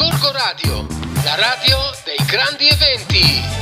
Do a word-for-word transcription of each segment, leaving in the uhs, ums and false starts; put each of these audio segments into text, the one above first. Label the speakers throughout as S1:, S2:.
S1: Gorgo Radio, la radio dei grandi eventi.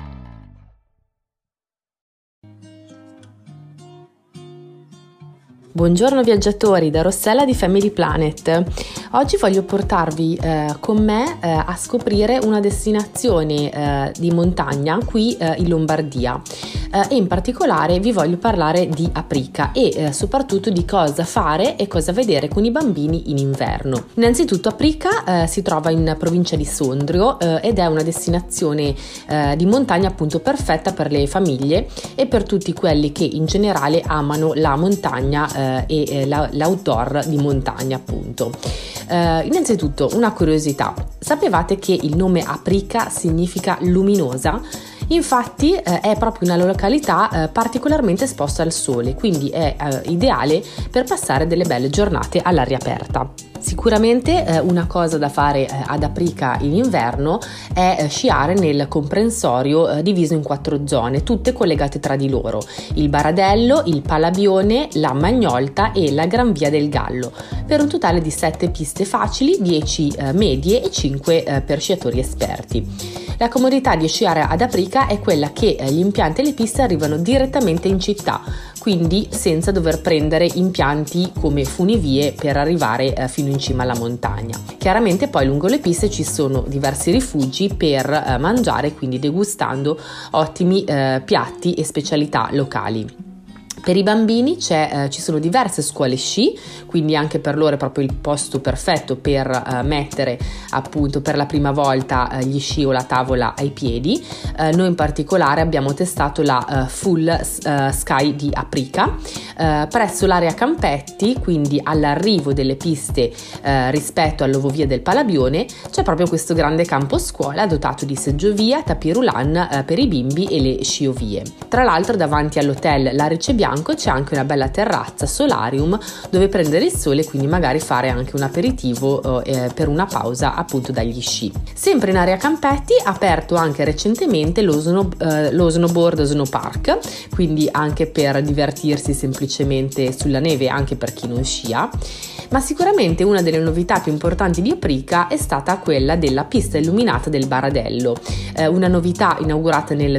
S2: Buongiorno viaggiatori, da Rossella di Family Planet. Oggi voglio portarvi eh, con me eh, a scoprire una destinazione eh, di montagna qui eh, in Lombardia eh, e in particolare vi voglio parlare di Aprica e eh, soprattutto di cosa fare e cosa vedere con i bambini in inverno. Innanzitutto Aprica eh, si trova in provincia di Sondrio eh, ed è una destinazione eh, di montagna appunto perfetta per le famiglie e per tutti quelli che in generale amano la montagna eh, e eh, la, l'outdoor di montagna appunto. Eh, innanzitutto una curiosità: sapevate che il nome Aprica significa luminosa? Infatti eh, è proprio una località eh, particolarmente esposta al sole, quindi è eh, ideale per passare delle belle giornate all'aria aperta. Sicuramente eh, una cosa da fare eh, ad Aprica in inverno è eh, sciare nel comprensorio eh, diviso in quattro zone, tutte collegate tra di loro: il Baradello, il Palabione, la Magnolta e la Gran Via del Gallo, per un totale di sette piste facili, dieci eh, medie e cinque eh, per sciatori esperti. La comodità di sciare ad Aprica è quella che eh, gli impianti e le piste arrivano direttamente in città, quindi senza dover prendere impianti come funivie per arrivare eh, fino in cima alla montagna. Chiaramente poi lungo le piste ci sono diversi rifugi per eh, mangiare, quindi degustando ottimi eh, piatti e specialità locali. Per i bambini c'è, eh, ci sono diverse scuole sci, quindi anche per loro è proprio il posto perfetto per eh, mettere appunto per la prima volta eh, gli sci o la tavola ai piedi. Eh, noi in particolare abbiamo testato la uh, Full uh, Sky di Aprica eh, presso l'area campetti, quindi all'arrivo delle piste eh, rispetto all'Ovovia del Palabione c'è proprio questo grande campo scuola dotato di seggiovia, tapirulan eh, per i bimbi e le sciovie. Tra l'altro davanti all'hotel La Recebianco c'è anche una bella terrazza solarium dove prendere il sole, quindi magari fare anche un aperitivo eh, per una pausa appunto dagli sci. Sempre in area campetti ha aperto anche recentemente lo, snow, eh, lo snowboard snow park, quindi anche per divertirsi semplicemente sulla neve anche per chi non scia. Ma sicuramente una delle novità più importanti di Aprica è stata quella della pista illuminata del Baradello, eh, una novità inaugurata nel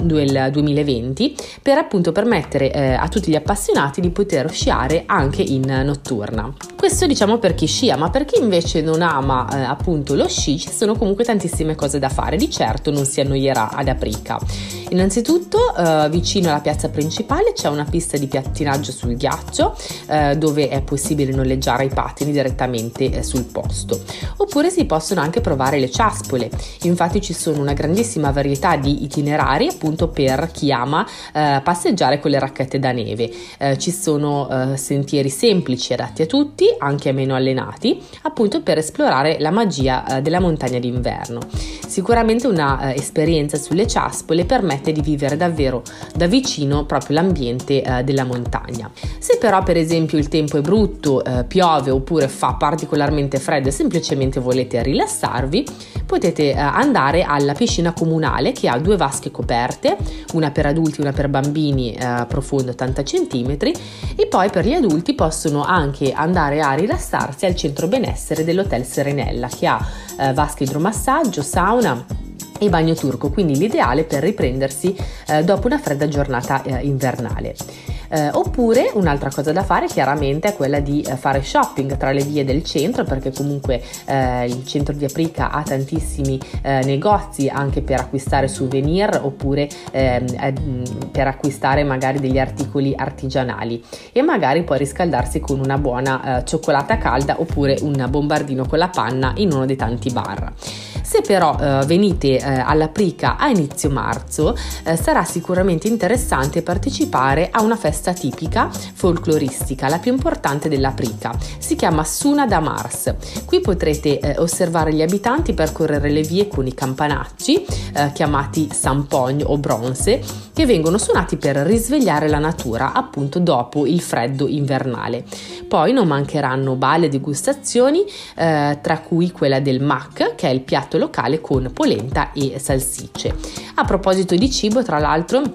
S2: duemilaventi per appunto permettere eh, a tutti gli appassionati di poter sciare anche in notturna. Questo diciamo per chi scia, ma per chi invece non ama eh, appunto lo sci ci sono comunque tantissime cose da fare, di certo non si annoierà ad Aprica. Innanzitutto eh, vicino alla piazza principale c'è una pista di pattinaggio sul ghiaccio eh, dove è possibile noleggiare i pattini direttamente eh, sul posto, oppure si possono anche provare le ciaspole. Infatti ci sono una grandissima varietà di itinerari appunto per chi ama eh, passeggiare con le racchette da neve. Eh, ci sono eh, sentieri semplici adatti a tutti, anche a meno allenati, appunto per esplorare la magia eh, della montagna d'inverno. Sicuramente una eh, esperienza sulle ciaspole permette di vivere davvero da vicino proprio l'ambiente eh, della montagna. Se però per esempio il tempo è brutto, eh, piove oppure fa particolarmente freddo e semplicemente volete rilassarvi, potete eh, andare alla piscina comunale che ha due vasche coperte, una per adulti e una per bambini eh, profonda ottanta centimetri, e poi per gli adulti possono anche andare a rilassarsi al centro benessere dell'Hotel Serenella che ha eh, vasche idromassaggio, sauna e bagno turco, quindi l'ideale per riprendersi eh, dopo una fredda giornata eh, invernale. Eh, oppure un'altra cosa da fare chiaramente è quella di eh, fare shopping tra le vie del centro, perché comunque eh, il centro di Aprica ha tantissimi eh, negozi anche per acquistare souvenir oppure eh, eh, per acquistare magari degli articoli artigianali, e magari poi riscaldarsi con una buona eh, cioccolata calda oppure un bombardino con la panna in uno dei tanti bar. Se però eh, venite eh, all'Aprica a inizio marzo eh, sarà sicuramente interessante partecipare a una festa tipica folcloristica, la più importante dell'Aprica. Si chiama Suna da Mars. Qui potrete eh, osservare gli abitanti percorrere le vie con i campanacci eh, chiamati sampogn o bronze, che vengono suonati per risvegliare la natura appunto dopo il freddo invernale. Poi non mancheranno bale e degustazioni, eh, tra cui quella del mac, che è il piatto locale con polenta e salsicce. A proposito di cibo, tra l'altro,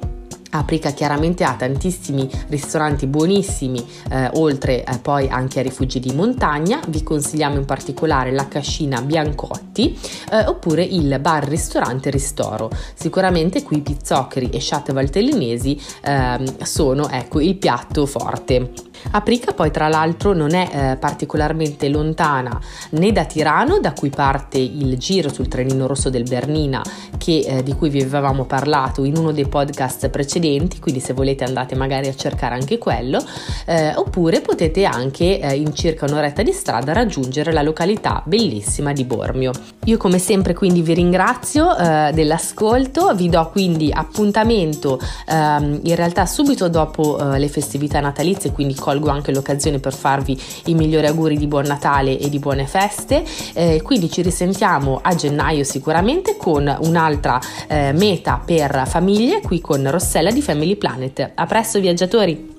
S2: Aprica chiaramente ha tantissimi ristoranti buonissimi, eh, oltre eh, poi anche a rifugi di montagna. Vi consigliamo in particolare la Cascina Biancotti eh, oppure il bar ristorante Ristoro. Sicuramente qui pizzoccheri e sciatte valtellinesi eh, sono ecco il piatto forte. Aprica poi tra l'altro non è eh, particolarmente lontana né da Tirano, da cui parte il giro sul trenino rosso del Bernina che, eh, di cui vi avevamo parlato in uno dei podcast precedenti, quindi se volete andate magari a cercare anche quello, eh, oppure potete anche eh, in circa un'oretta di strada raggiungere la località bellissima di Bormio. Io come sempre quindi vi ringrazio eh, dell'ascolto, vi do quindi appuntamento ehm, in realtà subito dopo eh, le festività natalizie, quindi colgo anche l'occasione per farvi i migliori auguri di buon Natale e di buone feste, eh, quindi ci risentiamo a gennaio sicuramente con un'altra eh, meta per famiglie qui con Rossella di Family Planet. A presto viaggiatori!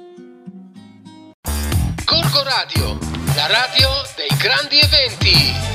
S1: Gorgo Radio, la radio dei grandi eventi.